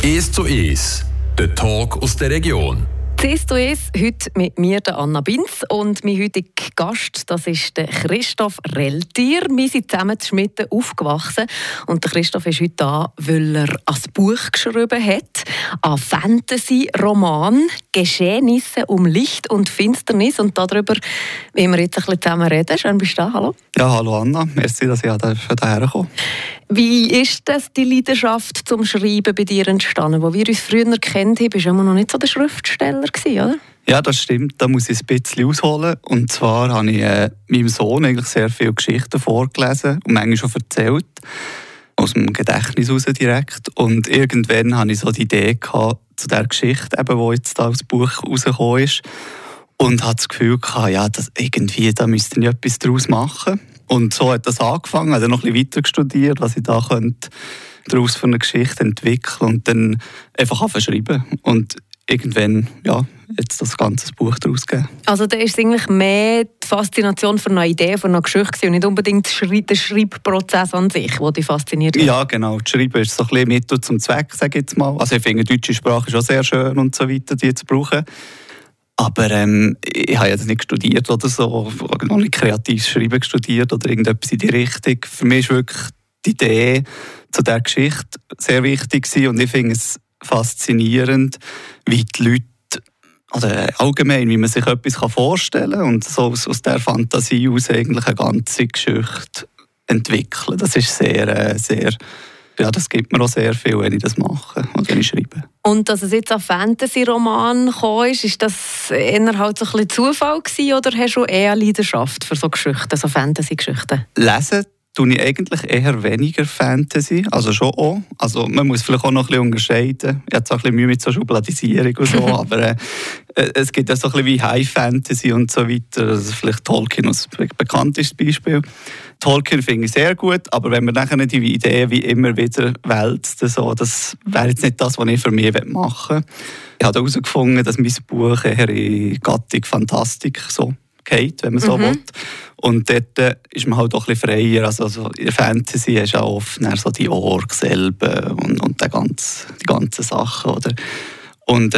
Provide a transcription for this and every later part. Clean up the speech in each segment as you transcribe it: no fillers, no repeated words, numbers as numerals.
1:1, der Talk aus der Region. «1 zu 1», heute mit mir, der Anna Binz, und mein heutiger Gast, das ist der Christoph Relltier. Wir sind zusammen in Schmitten aufgewachsen und der Christoph ist heute da, weil er ein Buch geschrieben hat, ein Fantasy-Roman, «Geschehnisse um Licht und Finsternis», und darüber wollen wir jetzt ein bisschen zusammen reden. Schön, bist du da, hallo. Ja, hallo Anna, merci, dass ich hierher komme. Wie ist das, die Leidenschaft zum Schreiben bei dir entstanden? Wo wir uns früher kennt haben, bist du immer noch nicht so der Schriftsteller gewesen, oder? Ja, das stimmt. Da muss ich ein bisschen ausholen. Und zwar habe ich meinem Sohn eigentlich sehr viele Geschichten vorgelesen und manchmal schon erzählt. Aus dem Gedächtnis heraus direkt. Und irgendwann hatte ich so die Idee gehabt, zu der Geschichte, eben, die jetzt da als Buch rausgekommen ist. Und hatte das Gefühl gehabt, ja, da müsste ich etwas daraus machen. Und so hat das angefangen. Ich habe dann noch ein bisschen weiter studiert, was ich da daraus für eine Geschichte entwickeln und dann einfach schreiben. Und irgendwann, ja, jetzt das ganze Buch daraus gegeben. Also da ist es eigentlich mehr die Faszination für eine Idee, für eine Geschichte und nicht unbedingt der Schreibprozess an sich, der dich fasziniert hat? Ja, genau. Das Schreiben ist so ein bisschen Mittel zum Zweck, sage ich jetzt mal. Also ich finde, die deutsche Sprache ist auch sehr schön und so weiter, die zu brauchen. Aber ich habe jetzt nicht studiert oder so, noch nicht kreatives Schreiben studiert oder irgendetwas in die Richtung. Für mich ist wirklich die Idee zu dieser Geschichte sehr wichtig gewesen und ich finde es faszinierend, wie die Leute, oder allgemein, wie man sich etwas vorstellen kann und so aus dieser Fantasie aus eigentlich eine ganze Geschichte entwickeln. Das ist sehr, sehr... Ja, das gibt mir auch sehr viel, wenn ich das mache und wenn ich schreibe. Und dass es jetzt ein Fantasy-Roman gekommen ist das eher halt so ein bisschen Zufall gewesen, oder hast du eher Leidenschaft für so Geschichten, so Fantasy-Geschichten? Lesen tue ich eigentlich eher weniger Fantasy, also schon auch. Also man muss vielleicht auch noch ein bisschen unterscheiden. Ich habe zwar ein bisschen Mühe mit so Schubladisierung und so, aber es gibt ja so ein bisschen wie High Fantasy und so weiter. Also vielleicht Tolkien als bekanntestes Beispiel. Tolkien finde ich sehr gut, aber wenn man nachher die Idee wie immer wieder wälzt, so, das wäre jetzt nicht das, was ich für mich machen will. Ich habe herausgefunden, dass mein Buch eher in Gattung Fantastik so geht, wenn man so will. Und dort ist man halt auch ein bisschen freier. Also in der Fantasy hast du auch oft so die Orks, Elben und die ganzen Sachen. Oder? Und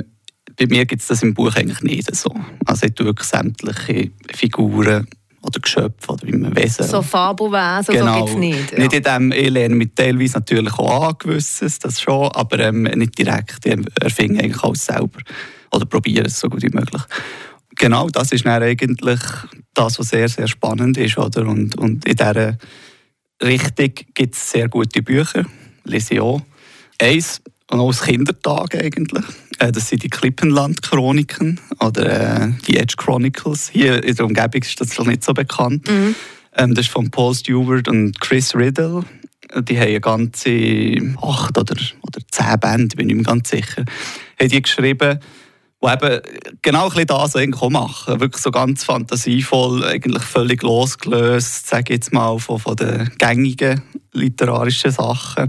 bei mir gibt es das im Buch eigentlich nicht so. Also ich tue wirklich sämtliche Figuren oder Geschöpfe oder wie man Wesen. So Fabelwesen, genau. So gibt es nicht. Ja. Nicht in dem, ich lerne mich teilweise natürlich auch an, gewisses, das schon, aber nicht direkt. Ich erfinde eigentlich alles selber. Oder probiere es so gut wie möglich. Genau, das ist dann eigentlich das, was sehr, sehr spannend ist. Oder? Und in dieser Richtung gibt es sehr gute Bücher, lese ich auch. Eins, und auch aus Kindertagen eigentlich. Das sind die Klippenland-Chroniken oder die Edge Chronicles. Hier in der Umgebung ist das noch nicht so bekannt. Das ist von Paul Stewart und Chris Riddle. Die haben eine ganze 8 oder 10 Bände, bin ich mir ganz sicher, haben die geschrieben, die eben genau ein bisschen das eigentlich auch machen. Wirklich so ganz fantasievoll, eigentlich völlig losgelöst, sage ich jetzt mal, von den gängigen literarischen Sachen.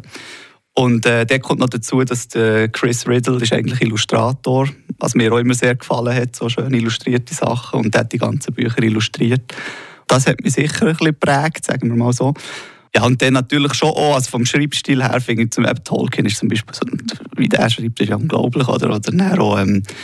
Und der kommt noch dazu, dass der Chris Riddle ist eigentlich Illustrator, was mir auch immer sehr gefallen hat, so schön illustrierte Sachen, und der hat die ganzen Bücher illustriert. Das hat mich sicher ein bisschen geprägt, sagen wir mal so. Ja, und dann natürlich schon auch, also vom Schreibstil her, finde ich, eben Tolkien ist zum Beispiel, so, wie der schreibt, ist ja unglaublich, oder dann auch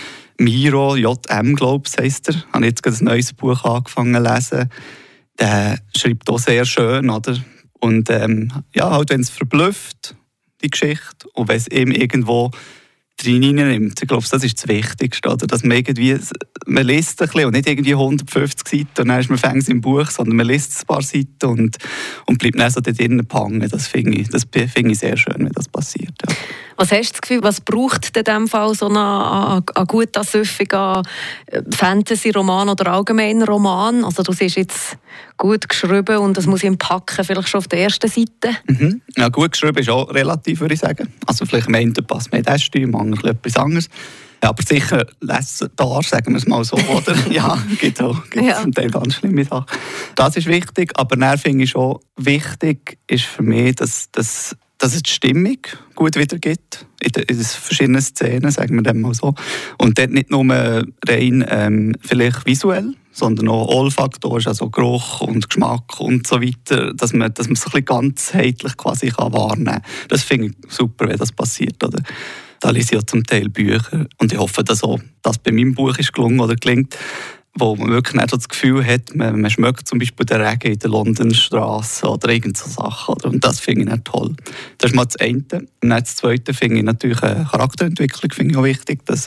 Miro, J.M., glaube ich, heisst er. Ich habe jetzt gerade ein neues Buch angefangen zu lesen. Der schreibt auch sehr schön, oder? Und ja, halt, wenn es verblüfft, die Geschichte, und wenn es ihm irgendwo reinnimmt. Ich glaube, das ist das Wichtigste, oder? Dass man irgendwie, man liest ein bisschen und nicht irgendwie 150 Seiten und dann ist man fängt im Buch, sondern man liest ein paar Seiten und bleibt dann so da drinnen hängen. Das finde ich sehr schön, wenn das passiert. Ja. Was hast du das Gefühl, was braucht in diesem Fall so einen guten, süffigen Fantasy-Roman oder allgemeinen Roman? Also du siehst jetzt gut geschrieben und das muss ich packen, vielleicht schon auf der ersten Seite. Ja, gut geschrieben ist auch relativ, würde ich sagen. Also vielleicht meint passt mehr das Stil, manchmal etwas anderes. Ja, aber sicher lesbar, sagen wir es mal so, oder? Ja, gibt zum Teil ganz schlimme Sachen. Das ist wichtig, aber dann finde ich schon wichtig, ist für mich, dass es die Stimmung gut wiedergibt, in den verschiedenen Szenen, sagen wir dem mal so. Und dort nicht nur rein vielleicht visuell, sondern auch olfaktorisch, also Geruch und Geschmack und so weiter, dass man es ein bisschen ganzheitlich quasi wahrnehmen kann. Das finde ich super, wenn das passiert. Oder? Da lese ich ja zum Teil Bücher und ich hoffe, dass auch das bei meinem Buch ist gelungen oder gelingt, wo man wirklich nicht so das Gefühl hat, man schmeckt zum Beispiel den Regen in der Londonstraße oder irgend so Sachen. Oder? Und das finde ich nicht toll. Das ist mal das eine. Und dann das zweite finde ich natürlich eine Charakterentwicklung finde ich auch wichtig, dass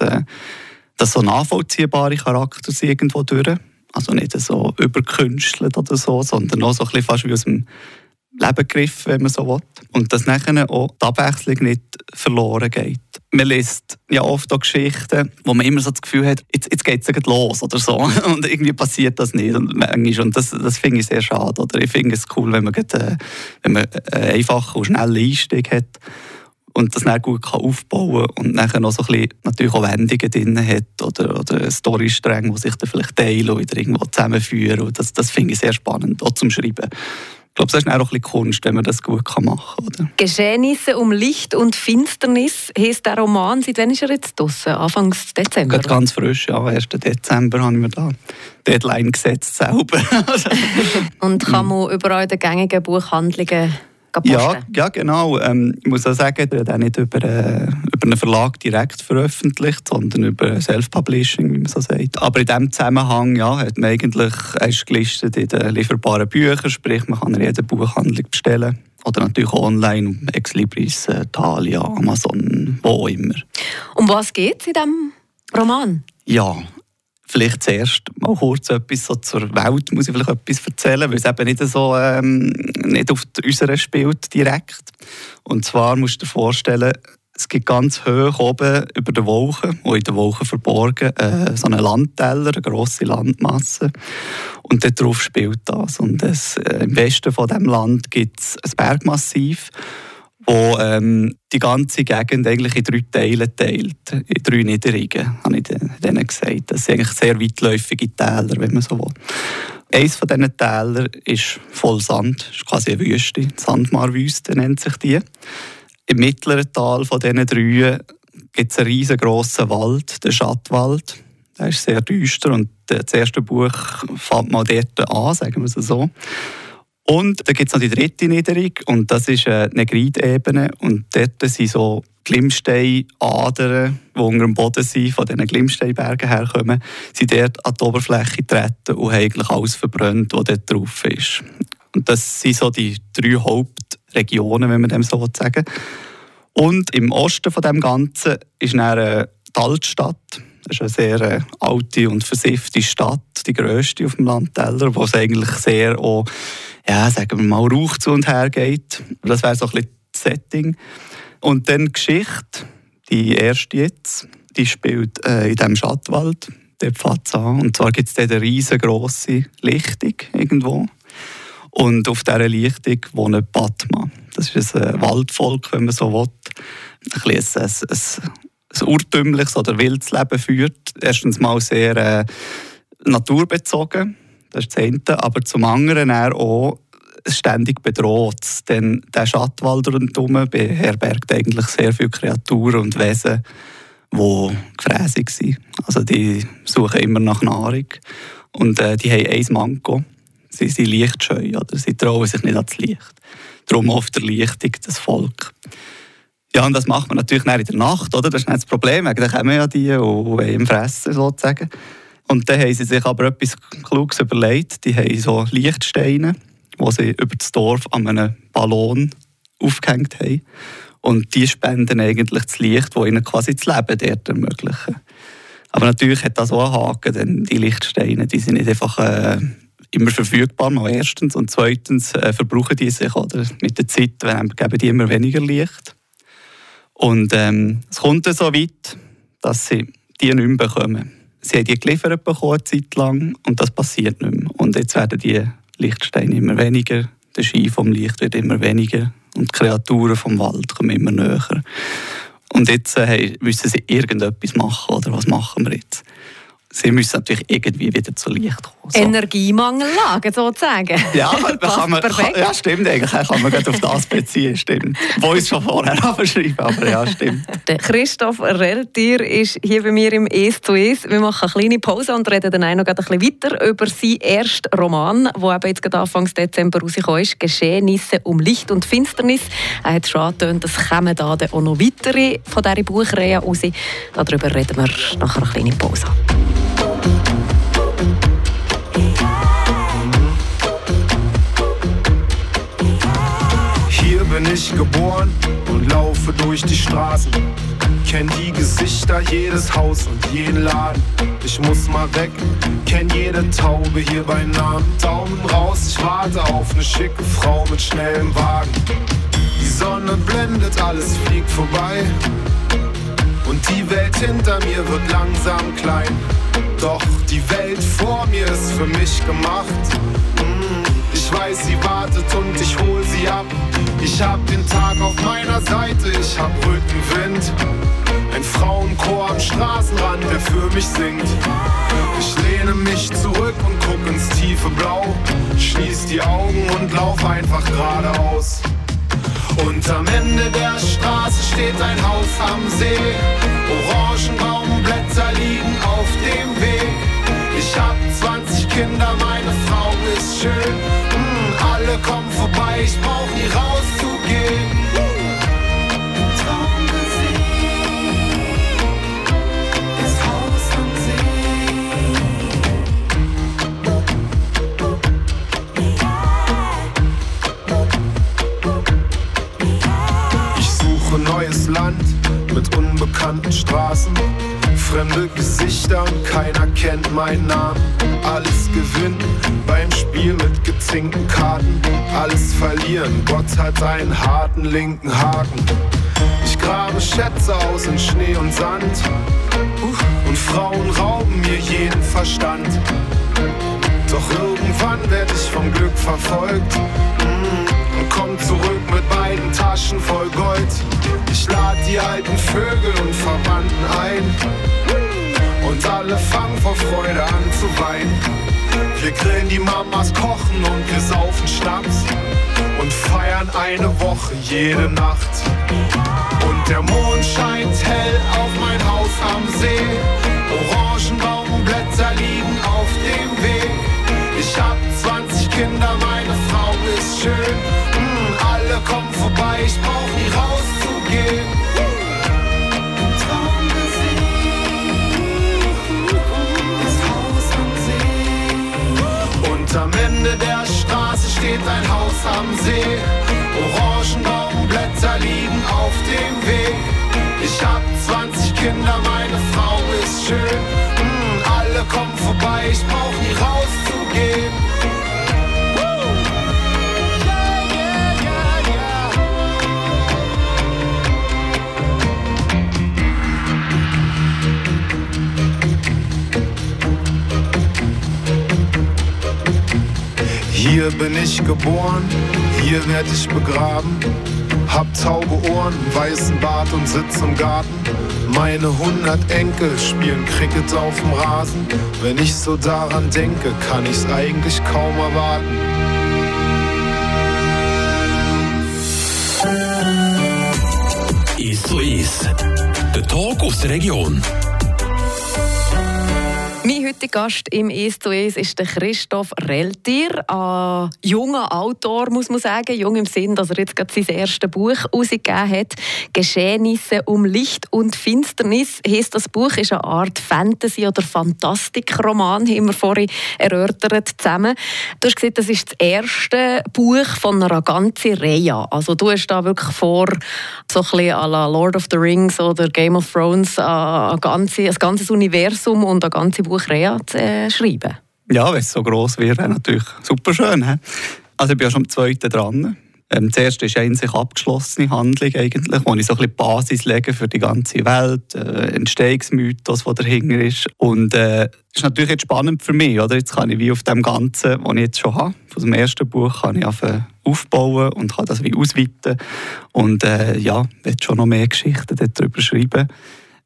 so nachvollziehbare Charakter sind irgendwo durch. Also nicht so überkünstelt oder so, sondern auch so ein bisschen fast wie aus dem Leben gegriffen, wenn man so will. Und dass nachher auch die Abwechslung nicht verloren geht. Man liest ja oft auch Geschichten, wo man immer so das Gefühl hat, jetzt geht es los oder so. Und irgendwie passiert das nicht. Und das finde ich sehr schade. Oder ich finde es cool, wenn man einen einfachen und schnellen Einstieg hat und das dann gut aufbauen kann und nachher noch so ein bisschen natürlich auch Wendungen drin hat oder Storystränge, die sich dann vielleicht teilen und wieder irgendwo zusammenführen. Und das finde ich sehr spannend, auch zum Schreiben. Ich glaube, das ist auch ein bisschen Kunst, wenn man das gut machen kann. Oder? «Geschehnisse um Licht und Finsternis» heisst der Roman. Seit wann ist er jetzt draussen? Anfang Dezember? Gerade ganz frisch, ja. 1. Dezember habe ich mir da Deadline gesetzt selber. Und kann man überall in den gängigen Buchhandlungen posten? Ja, genau. Ich muss auch sagen, er hat auch nicht über einen Verlag direkt veröffentlicht, sondern über Self-Publishing, wie man so sagt. Aber in diesem Zusammenhang hat man eigentlich, er ist gelistet in den lieferbaren Büchern, sprich man kann in jeder Buchhandlung bestellen. Oder natürlich online, Exlibris, Thalia, Amazon, wo immer. Um was geht es in diesem Roman? Ja, vielleicht zuerst mal kurz etwas so zur Welt, muss ich vielleicht etwas erzählen, weil es eben nicht so nicht auf unserer spielt direkt. Und zwar musst du dir vorstellen, es gibt ganz hoch oben über den Wolken, und in den Wolken verborgen, so einen Landteller, eine grosse Landmasse. Und dort drauf spielt das. Und im Westen von diesem Land gibt es ein Bergmassiv, wo die ganze Gegend eigentlich in 3 Teile teilt. In 3 Niederungen, habe ich denen gesagt. Das sind eigentlich sehr weitläufige Täler, wenn man so will. Eines von diesen Tälern ist voll Sand, das ist quasi eine Wüste. Die Sandmarwüste nennt sich die. Im mittleren Tal von diesen 3 gibt es einen riesengroßen Wald, den Schattwald. Der ist sehr düster und das erste Buch fängt mal dort an, sagen wir es so. Und dann gibt es noch die 3. Niederung und das ist eine Negritebene und dort sind so Glimmsteinadern, die unter dem Boden sind, von diesen Glimmsteinbergen herkommen, sind dort an die Oberfläche getreten und haben eigentlich alles verbrannt, was dort drauf ist. Und das sind so die 3 Hauptregionen, wenn man dem so sagen will. Und im Osten von dem Ganzen ist eine Altstadt. Das ist eine sehr alte und versiffte Stadt, die grösste auf dem Landteller, wo es eigentlich sehr auch, sagen wir mal, Rauch zu und her geht. Das wäre so ein bisschen das Setting. Und dann die Geschichte, die erste jetzt, die spielt in diesem Schattwald. Dort fängt es an. Und zwar gibt es dort eine riesengroße Lichtung irgendwo. Und auf dieser Lichtung wohnt Padma. Das ist ein Waldvolk, wenn man so will. Ein urtümliches oder wildes Leben führt. Erstens mal sehr naturbezogen, das ist das eine, aber zum anderen auch ständig bedroht. Denn der Schattwald rundherum beherbergt eigentlich sehr viele Kreaturen und Wesen, die gefräßig sind. Also die suchen immer nach Nahrung. Und die haben ein Manko. Sie sind lichtscheu, oder? Sie trauen sich nicht ans Licht. Darum auf der Lichtung das Volk. Ja, und das macht man natürlich in der Nacht, oder? Das ist nicht das Problem. Da kommen ja die und wollen fressen, sozusagen. Und dann haben sie sich aber etwas Kluges überlegt. Die haben so Lichtsteine, die sie über das Dorf an einem Ballon aufgehängt haben. Und die spenden eigentlich das Licht, das ihnen quasi das Leben dort ermöglichen. Aber natürlich hat das auch einen Haken, denn die Lichtsteine, die sind nicht einfach immer verfügbar, mal erstens. Und zweitens verbrauchen die sich, oder? Mit der Zeit geben die immer weniger Licht. Und es kommt dann so weit, dass sie die nicht mehr bekommen. Sie haben die geliefert bekommen, eine Zeit lang, und das passiert nicht mehr. Und jetzt werden die Lichtsteine immer weniger, der Schein vom Licht wird immer weniger und die Kreaturen vom Wald kommen immer näher. Und jetzt müssen sie irgendetwas machen, oder was machen wir jetzt? sie müssen natürlich irgendwie wieder zu Licht kommen. So. Energiemangellage sozusagen. Ja, ja, stimmt eigentlich. Kann man gerade auf das beziehen, stimmt. Wo ich es schon vorher abschreiben, aber ja, stimmt. Der Christoph Relltier ist hier bei mir im «Es zu Es». Wir machen eine kleine Pause und reden dann auch noch ein bisschen weiter über seinen ersten Roman, der jetzt gerade Anfang Dezember rausgekommen ist, «Geschehnisse um Licht und Finsternis». Er hat schon angetönt, es kommen da auch noch weitere von dieser Buchreihe raus. Darüber reden wir nach einer kleinen Pause. Hier bin ich geboren und laufe durch die Straßen. Kenn die Gesichter, jedes Haus und jeden Laden. Ich muss mal weg, kenn jede Taube hier bei Namen. Daumen raus, ich warte auf eine schicke Frau mit schnellem Wagen. Die Sonne blendet, alles fliegt vorbei. Und die Welt hinter mir wird langsam klein. Doch die Welt vor mir ist für mich gemacht. Ich weiß, sie wartet und ich hol sie ab. Ich hab den Tag auf meiner Seite, ich hab Rückenwind. Ein Frauenchor am Straßenrand, der für mich singt. Ich lehne mich zurück und guck ins tiefe Blau. Schließ die Augen und lauf einfach geradeaus. Und am Ende der Straße steht ein Haus am See. Orangenbaumblätter liegen auf dem Weg. Ich hab 20 Kinder, meine Frau ist schön. Alle kommen vorbei, ich brauch nie rauszugehen. Traum gesehen, das Haus am See. Ich suche neues Land mit unbekannten Straßen. Fremde Gesichter und keiner kennt meinen Namen. Alles gewinnen beim Spiel mit gezinkten Karten. Alles verlieren, Gott hat einen harten linken Haken. Ich grabe Schätze aus in Schnee und Sand. Und Frauen rauben mir jeden Verstand. Doch irgendwann werd ich vom Glück verfolgt. Und komm zurück mit beiden Taschen voll Gold. Ich lad die alten Vögel und Verwandten ein. Und alle fangen vor Freude an zu weinen. Wir grillen die Mamas, kochen und wir saufen Schnaps. Und feiern eine Woche jede Nacht. Und der Mond scheint hell auf mein Haus am See. Orangenbaumblätter liegen auf dem Weg. Ich hab 20 Kinder, meine Frau ist schön. Alle kommen vorbei, ich brauch nie rauszugehen. Traum gesehen, das Haus am See. Und am Ende der Straße steht ein Haus am See. Orangenbaumblätter liegen auf dem Weg. Ich hab 20 Kinder, meine Frau ist schön. Alle kommen vorbei, ich brauch nie rauszugehen. Hier bin ich geboren, hier werd ich begraben. Hab taube Ohren, weißen Bart und sitz im Garten. Meine 100 Enkel spielen Cricket auf dem Rasen. Wenn ich so daran denke, kann ich's eigentlich kaum erwarten. «Es zu Es», der Talk aus der Region. Mein heutiger Gast im «Es zu Es» ist der Christoph Relltier, ein junger Autor, muss man sagen. Jung im Sinn, dass er jetzt gerade sein erstes Buch herausgegeben hat. «Geschehnisse um Licht und Finsternis» heisst das Buch, ist eine Art Fantasy- oder Fantastikroman, haben wir vorhin erörtert zusammen. Du hast gesagt, das ist das erste Buch von einer ganzen Reihe. Also du hast da wirklich vor, so ein bisschen à la Lord of the Rings oder Game of Thrones, ein ganzes Universum und eine ganze Buchreihe zu schreiben. Ja, wenn es so gross wird, wäre natürlich super schön. He? Also ich bin ja schon am 2. dran. Das erste ist eine in sich abgeschlossene Handlung, eigentlich, wo ich so ein bisschen die Basis lege für die ganze Welt, Entstehungsmythos, der dahinter ist. Und das ist natürlich jetzt spannend für mich. Oder? Jetzt kann ich wie auf dem Ganzen, was ich jetzt schon habe, von dem ersten Buch, kann ich aufbauen und kann das wie ausweiten. Und ja, ich will schon noch mehr Geschichten darüber schreiben.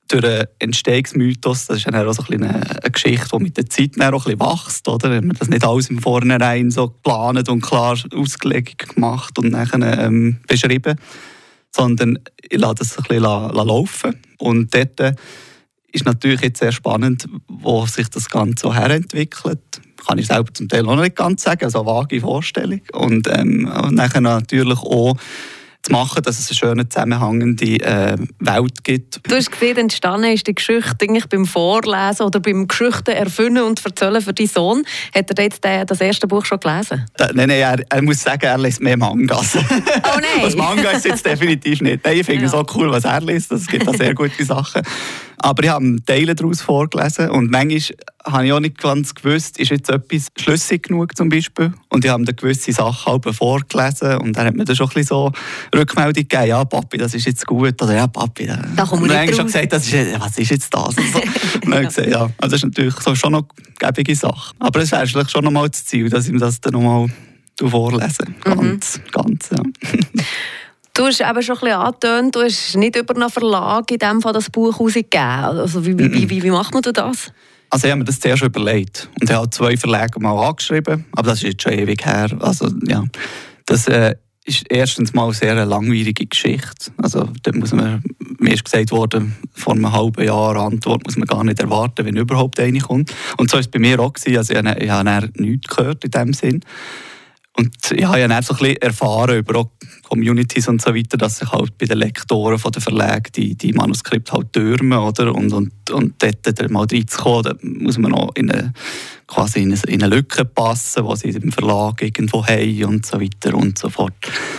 durch den Entstehungsmythos, das ist dann auch so eine Geschichte, die mit der Zeit dann auch ein bisschen wächst, oder? Wenn man das nicht alles im Vornherein so geplant und klar ausgelegt gemacht und dann beschrieben, sondern ich lasse das ein bisschen laufen. Und dort ist natürlich jetzt sehr spannend, wo sich das Ganze so herentwickelt. Kann ich selber zum Teil auch noch nicht ganz sagen, also eine vage Vorstellung. Und nachher natürlich auch zu machen, dass es eine schöne, zusammenhängende Welt gibt. Du hast gesehen, entstanden ist die Geschichte eigentlich beim Vorlesen oder beim Geschichten erfinden und erzählen für deinen Sohn. Hat er jetzt das erste Buch schon gelesen? Nein, er muss sagen, er liest mehr Mangas. Oh nein! Das Manga ist jetzt definitiv nicht. Nein, ich finde es so cool, was er liest. Es gibt da sehr gute Sachen. Aber ich habe Teile daraus vorgelesen und manchmal habe ich auch nicht ganz gewusst, ist jetzt etwas schlüssig genug zum Beispiel. Und ich habe dann gewisse Sachen halb vorgelesen und er hat mir dann schon ein bisschen so Rückmeldung gegeben, ja Papi, das ist jetzt gut, oder ja Papi, da kommen wir nicht schon gesagt, was ist jetzt das? Und so. Und dann habe ich gesagt, ja, also das ist natürlich so schon noch eine gäbige Sache. Aber es wäre vielleicht schon noch mal das Ziel, dass ich mir das dann noch mal vorlese. Ganz, ja. Du hast eben schon ein bisschen angetönt, du hast nicht über einen Verlag in dem Fall das Buch rausgegeben. Also wie macht man das? Also ich habe mir das zuerst überlegt und ich habe 2 Verlage mal angeschrieben, aber das ist jetzt schon ewig her. Also ja, das ist erstens mal eine sehr langwierige Geschichte. Also da muss mir ist gesagt worden, vor einem halben Jahr Antwort muss man gar nicht erwarten, wenn überhaupt eine kommt. Und so war es bei mir auch. Also ich habe nichts gehört in dem Sinn. Und ich habe dann so ein bisschen erfahren über auch Communities und so weiter, dass sich halt bei den Lektoren von den Verlagen die Manuskripte halt türmen, oder? Und dort mal reinzukommen, da muss man noch quasi in eine Lücke passen, die sie im Verlag irgendwo haben und so weiter und so fort.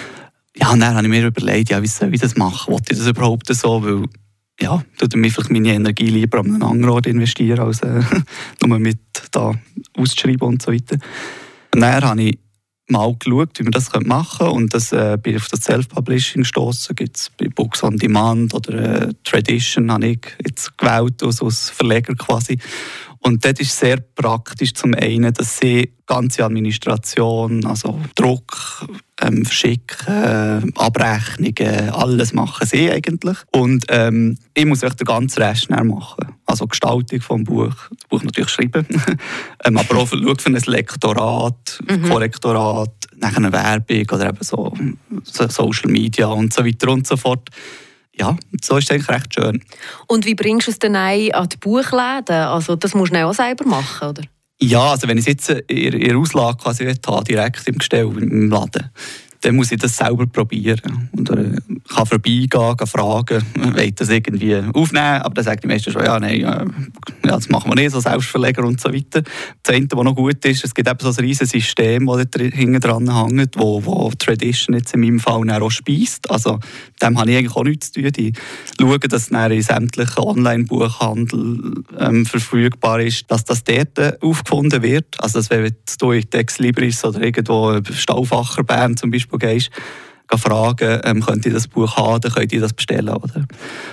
Ja, und dann habe ich mir überlegt, ja, wie soll ich das machen? Wollte ich das überhaupt so? Weil, ja, tut mir vielleicht meine Energie lieber an einen anderen Ort investieren, als nur mit da auszuschreiben und so weiter. Und dann habe ich mal geschaut, wie man das machen könnte. Und bin auf das Self-Publishing gestossen. Gibt es bei Books on Demand oder Tradition, habe ich jetzt gewählt als Verleger quasi. Und dort ist sehr praktisch zum einen, dass sie ganze Administration, also Druck, Verschicken, Abrechnungen, alles machen sie eigentlich. Und ich muss echt den ganzen Rest machen. Also Gestaltung vom Buch, das Buch natürlich schreiben, aber auch für ein Lektorat, Korrektorat, nachher eine Werbung oder eben so Social Media und so weiter und so fort. Ja, so ist es eigentlich recht schön. Und wie bringst du es dann an die Buchläden? Also das musst du auch selber machen, oder? Ja, also wenn ich es jetzt in der Auslage quasi habe, direkt im Gestell, im Laden, dann muss ich das selber probieren. Und kann vorbeigehen, fragen, will das irgendwie aufnehmen, aber dann sagt die meisten schon, ja, nein, ja, das machen wir nicht, so Selbstverleger und so weiter. Das eine, was noch gut ist, es gibt eben so ein riesiges System, das da hinten dran hängt, wo Tradition jetzt in meinem Fall auch speist. Also dem habe ich eigentlich auch nichts zu tun. Die schauen, dass es in sämtlichen Online-Buchhandel verfügbar ist, dass das dort aufgefunden wird. Also dass wenn du in Textlibris oder irgendwo Stauffacher Bern zum Beispiel gehst, fragen, könnt ihr das Buch haben, dann könnt ihr das bestellen, oder?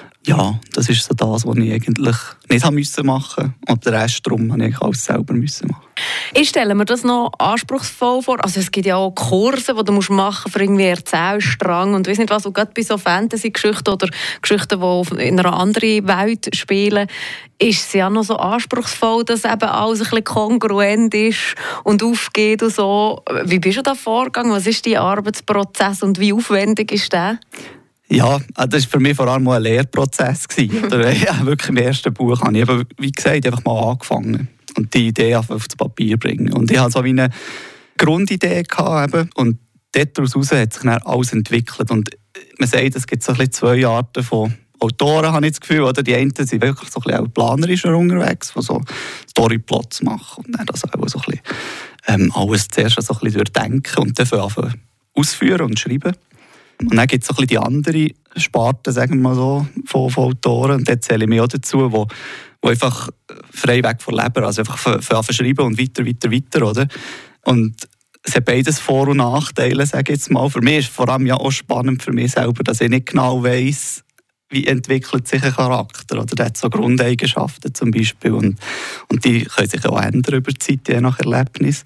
Ja, das ist so das, was ich eigentlich nicht machen musste. Und den Rest darum habe ich alles selber machen. Ich stelle mir das noch anspruchsvoll vor. Also es gibt ja auch Kurse, die du machen musst für irgendwie Erzählstrang und weiss nicht was. Und gerade bei so Fantasy-Geschichten oder Geschichten, die in einer anderen Welt spielen, ist es ja noch so anspruchsvoll, dass eben alles ein bisschen kongruent ist und aufgeht und so. Wie bist du da vorgegangen? Was ist dein Arbeitsprozess und wie aufwendig ist der? Ja, das war für mich vor allem ein Lehrprozess. Ja, wirklich im ersten Buch habe ich, wie gesagt, einfach mal angefangen und die Idee auf das Papier bringen. Und ich hatte so wie eine Grundidee gehabt, und daraus hat sich dann alles entwickelt. Und man sagt, es gibt so ein bisschen 2 Arten von Autoren, habe ich das Gefühl. Oder? Die einen sind wirklich so ein bisschen planerischer unterwegs, die so Storyplots machen und dann also auch so ein bisschen, alles zuerst so ein bisschen durchdenken und dann anfangen ausführen und schreiben. Und dann gibt es so ein bisschen die andere Sparte, sagen wir mal so, von Autoren. Und dort zähle ich mich auch dazu, wo einfach frei weg von Leber, also einfach schreiben und weiter, oder? Und es hat beides Vor- und Nachteile, sage ich jetzt mal. Für mich ist es vor allem ja auch spannend für mich selber, dass ich nicht genau weiss, wie entwickelt sich ein Charakter. Oder der hat so Grundeigenschaften zum Beispiel. Und die können sich auch ändern über die Zeit, je nach Erlebnis.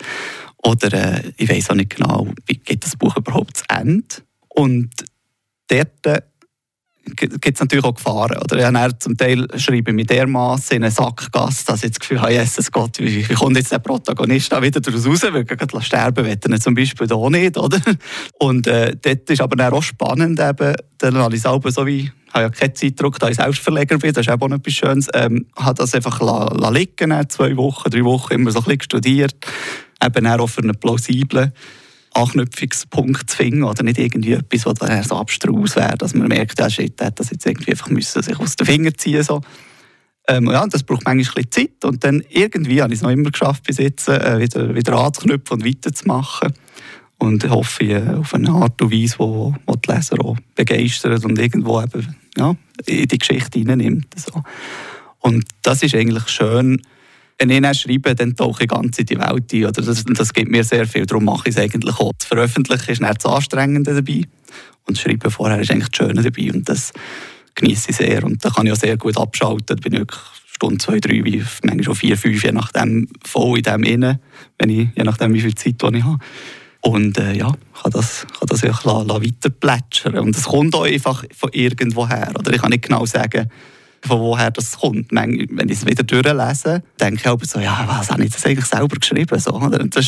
Oder ich weiss auch nicht genau, wie geht das Buch überhaupt zu Ende. Und dort gibt es natürlich auch Gefahren. Oder? Ich habe zum Teil schreibe mich dermassen in eine Sackgasse, dass ich das Gefühl habe, Jesus Gott, wie kommt jetzt der Protagonist da wieder daraus raus? Weil er sterben will er zum Beispiel da nicht. Oder? Und dort ist aber dann auch spannend, eben, dann habe ich es selber so wie, ich habe ja keinen Zeitdruck, da ich Selbstverleger bin, das ist auch etwas Schönes, habe das einfach liegen, 2 Wochen, 3 Wochen, immer so ein bisschen studiert, eben auch für einen plausiblen Anknüpfungspunkt zu finden oder nicht irgendwie etwas, was dann so abstrus wäre, dass man merkt, ja, shit, hat das jetzt irgendwie einfach müssen sich aus den Fingern ziehen so. Ja, das braucht manchmal ein bisschen Zeit und dann irgendwie habe ich es noch immer geschafft, bis jetzt wieder anzuknüpfen und weiterzumachen. Und ich hoffe auf eine Art und Weise, die die Leser auch begeistert und irgendwo eben, ja, in die Geschichte hineinnimmt. So. Und das ist eigentlich schön. Wenn ich dann schreibe, dann tauche ich ganz in die Welt ein. Oder das gibt mir sehr viel, darum mache ich es eigentlich auch. Das Veröffentlichen ist dann das Anstrengende dabei und das Schreiben vorher ist eigentlich das Schöne dabei und das genieße ich sehr. Und da kann ich auch sehr gut abschalten. Da bin ich wirklich Stunde, 2, 3, wie manchmal schon 4, 5, je nachdem, voll in dem Innen, je nachdem, wie viel Zeit ich habe. Und ja, kann das einfach weiter plätschern. Und es kommt auch einfach von irgendwo her. Oder ich kann nicht genau sagen, von woher das kommt. Wenn ich es wieder durchlese, denke ich aber so, ja, was habe ich das eigentlich selber geschrieben? So, das ist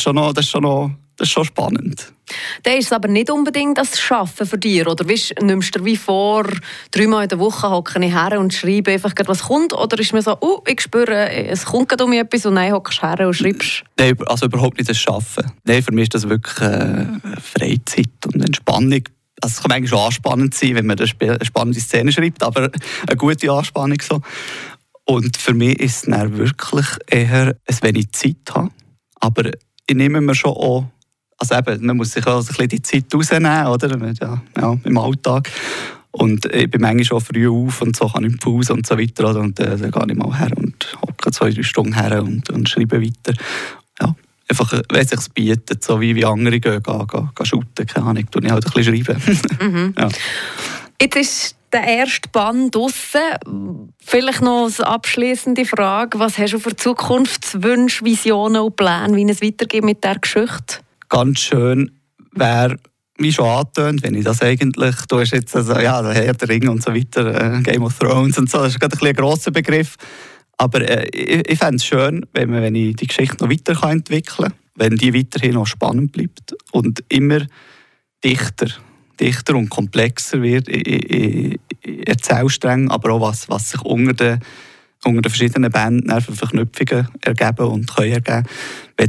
schon spannend. Dann ist es aber nicht unbedingt das Schaffen für dich, oder nimmst du dir wie vor, 3 Mal in der Woche hocke ich her und schreibe einfach, was kommt, oder ist mir so, ich spüre, es kommt gerade um mich etwas und dann hockst du her und schreibst? Nein, also überhaupt nicht das Schaffen. Nein, für mich ist das wirklich Freizeit und Entspannung. Also es kann eigentlich schon anspannend sein, wenn man eine spannende Szene schreibt, aber eine gute Anspannung so. Und für mich ist es dann wirklich eher, wenn ich Zeit habe. Aber ich nehme mir schon auch, also eben, man muss sich auch ein bisschen die Zeit rausnehmen, oder? Ja, im Alltag. Und ich bin manchmal schon früh auf und so kann ich Pause und so weiter. Oder? Und dann gehe ich mal her und hocke 2, 3 Stunden her und schreibe weiter. Ja. Einfach, wenn es sich bietet, so wie andere gehen shooten, keine Ahnung, tue ich halt ein bisschen schreiben. Ja. Jetzt ist der erste Band draussen. Vielleicht noch eine abschliessende Frage. Was hast du für Zukunftswünsche, Visionen und Pläne, wie es weitergeht mit dieser Geschichte? Ganz schön wäre, wie schon angetönt, wenn ich das eigentlich, du hast jetzt also, ja, der Herr der Ringe und so weiter, Game of Thrones und so, das ist gerade ein grosser Begriff. Aber ich fände es schön, wenn ich die Geschichte noch weiter entwickeln kann, wenn die weiterhin noch spannend bleibt und immer dichter und komplexer wird in Erzählsträngen, aber auch was sich unter den verschiedenen Bänden für Verknüpfungen ergeben und können ergeben. Wenn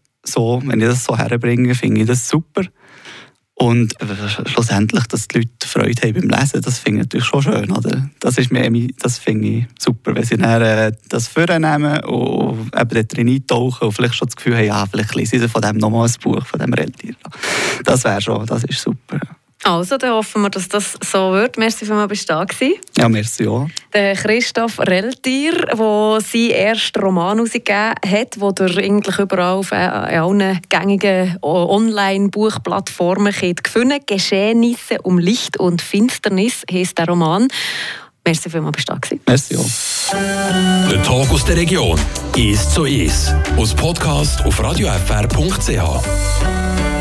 ich das so herbringe, finde ich das super. Und schlussendlich, dass die Leute Freude haben beim Lesen, das finde ich natürlich schon schön. Oder? Das finde ich super, wenn sie dann das vornehmen und eben dort drin eintauchen und vielleicht schon das Gefühl haben, ja, vielleicht lese ich von dem nochmal ein Buch, von dem Rentier. Das ist super. Also, dann hoffen wir, dass das so wird. Merci vielmals, bist du da gewesen. Ja, merci auch. Der Christoph Relltier, der seinen ersten Roman herausgegeben hat, den ihr eigentlich überall auf allen gängigen Online-Buchplattformen finden könnt. «Geschehnisse um Licht und Finsternis» heisst der Roman. Merci vielmals, bist du da gewesen. Merci auch. Der Tag aus der Region. 1:1. Aus Podcast auf radiofr.ch.